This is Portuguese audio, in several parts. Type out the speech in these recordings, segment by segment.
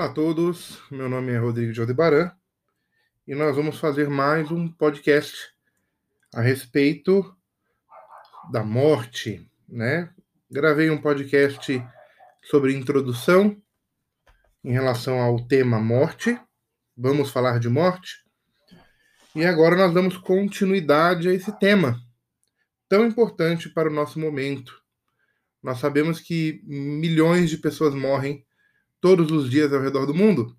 Olá a todos, meu nome é Rodrigo de Aldebaran e nós vamos fazer mais um podcast a respeito da morte, né? Gravei um podcast sobre introdução em relação ao tema morte, vamos falar de morte, e agora nós damos continuidade a esse tema tão importante para o nosso momento. Nós sabemos que milhões de pessoas morrem todos os dias ao redor do mundo.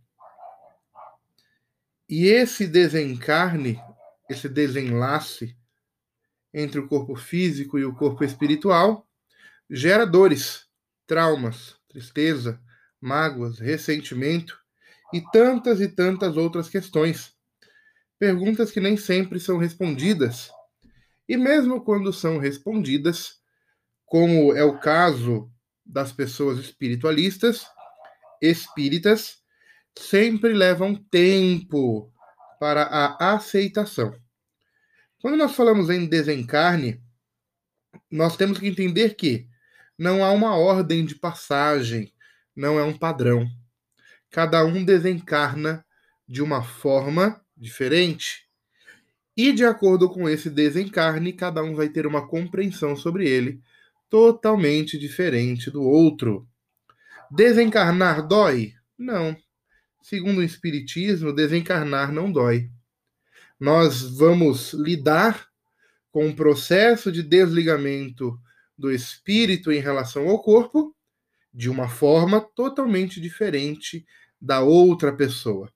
E esse desencarne, esse desenlace entre o corpo físico e o corpo espiritual gera dores, traumas, tristeza, mágoas, ressentimento e tantas outras questões. Perguntas que nem sempre são respondidas. E mesmo quando são respondidas, como é o caso das pessoas espiritualistas, espíritas, sempre levam tempo para a aceitação. Quando nós falamos em desencarne, nós temos que entender que não há uma ordem de passagem, não é um padrão. Cada um desencarna de uma forma diferente. E de acordo com esse desencarne, cada um vai ter uma compreensão sobre ele totalmente diferente do outro. Desencarnar dói? Não. Segundo o Espiritismo, desencarnar não dói. Nós vamos lidar com o processo de desligamento do espírito em relação ao corpo de uma forma totalmente diferente da outra pessoa.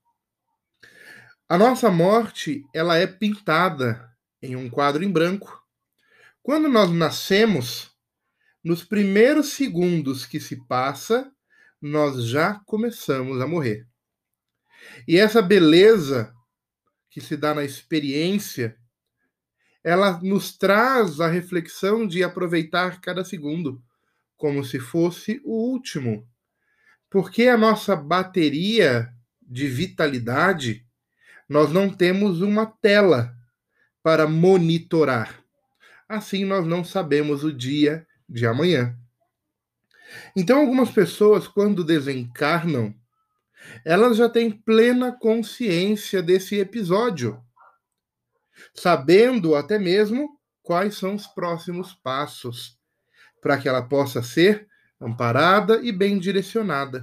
A nossa morte, ela é pintada em um quadro em branco. Quando nós nascemos, nos primeiros segundos que se passa, nós já começamos a morrer. E essa beleza que se dá na experiência, ela nos traz a reflexão de aproveitar cada segundo como se fosse o último. Porque a nossa bateria de vitalidade, nós não temos uma tela para monitorar. Assim, nós não sabemos o dia de amanhã. Então, algumas pessoas, quando desencarnam, elas já têm plena consciência desse episódio, sabendo até mesmo quais são os próximos passos, para que ela possa ser amparada e bem direcionada.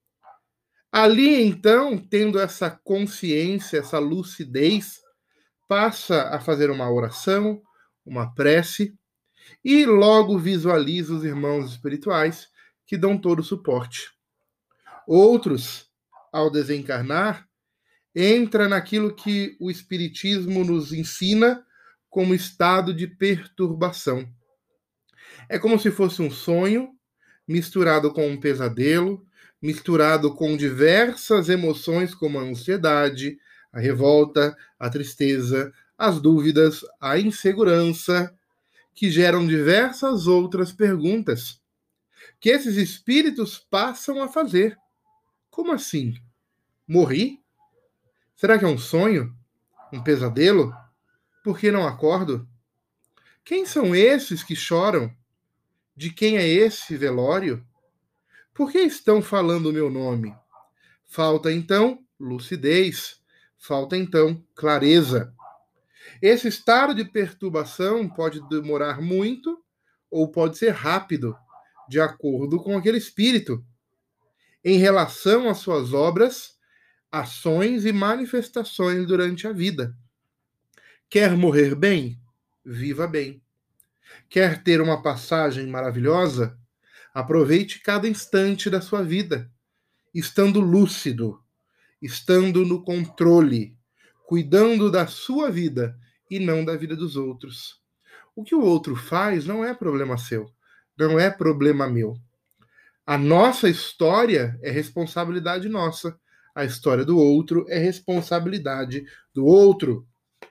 Ali, então, tendo essa consciência, essa lucidez, passa a fazer uma oração, uma prece, e logo visualiza os irmãos espirituais que dão todo o suporte. Outros, ao desencarnar, entra naquilo que o Espiritismo nos ensina como estado de perturbação. É como se fosse um sonho misturado com um pesadelo, misturado com diversas emoções como a ansiedade, a revolta, a tristeza, as dúvidas, a insegurança, que geram diversas outras perguntas que esses espíritos passam a fazer. Como assim? Morri? Será que é um sonho? Um pesadelo? Por que não acordo? Quem são esses que choram? De quem é esse velório? Por que estão falando o meu nome? Falta então lucidez, falta então clareza. Esse estado de perturbação pode demorar muito ou pode ser rápido, de acordo com aquele espírito, em relação às suas obras, ações e manifestações durante a vida. Quer morrer bem? Viva bem. Quer ter uma passagem maravilhosa? Aproveite cada instante da sua vida, estando lúcido, estando no controle, cuidando da sua vida e não da vida dos outros. O que o outro faz não é problema seu, não é problema meu. A nossa história é responsabilidade nossa. A história do outro é responsabilidade do outro.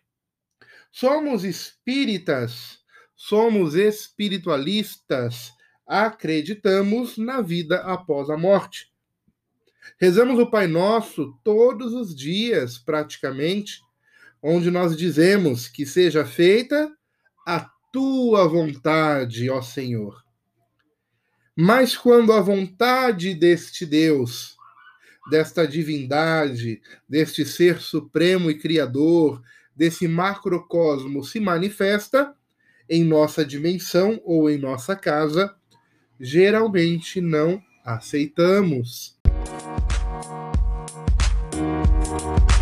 Somos espíritas, somos espiritualistas, acreditamos na vida após a morte. Rezamos o Pai Nosso todos os dias, praticamente, onde nós dizemos que seja feita a tua vontade, ó Senhor. Mas quando a vontade deste Deus desta divindade, deste ser supremo e criador, desse macrocosmo se manifesta em nossa dimensão ou em nossa casa, geralmente não aceitamos.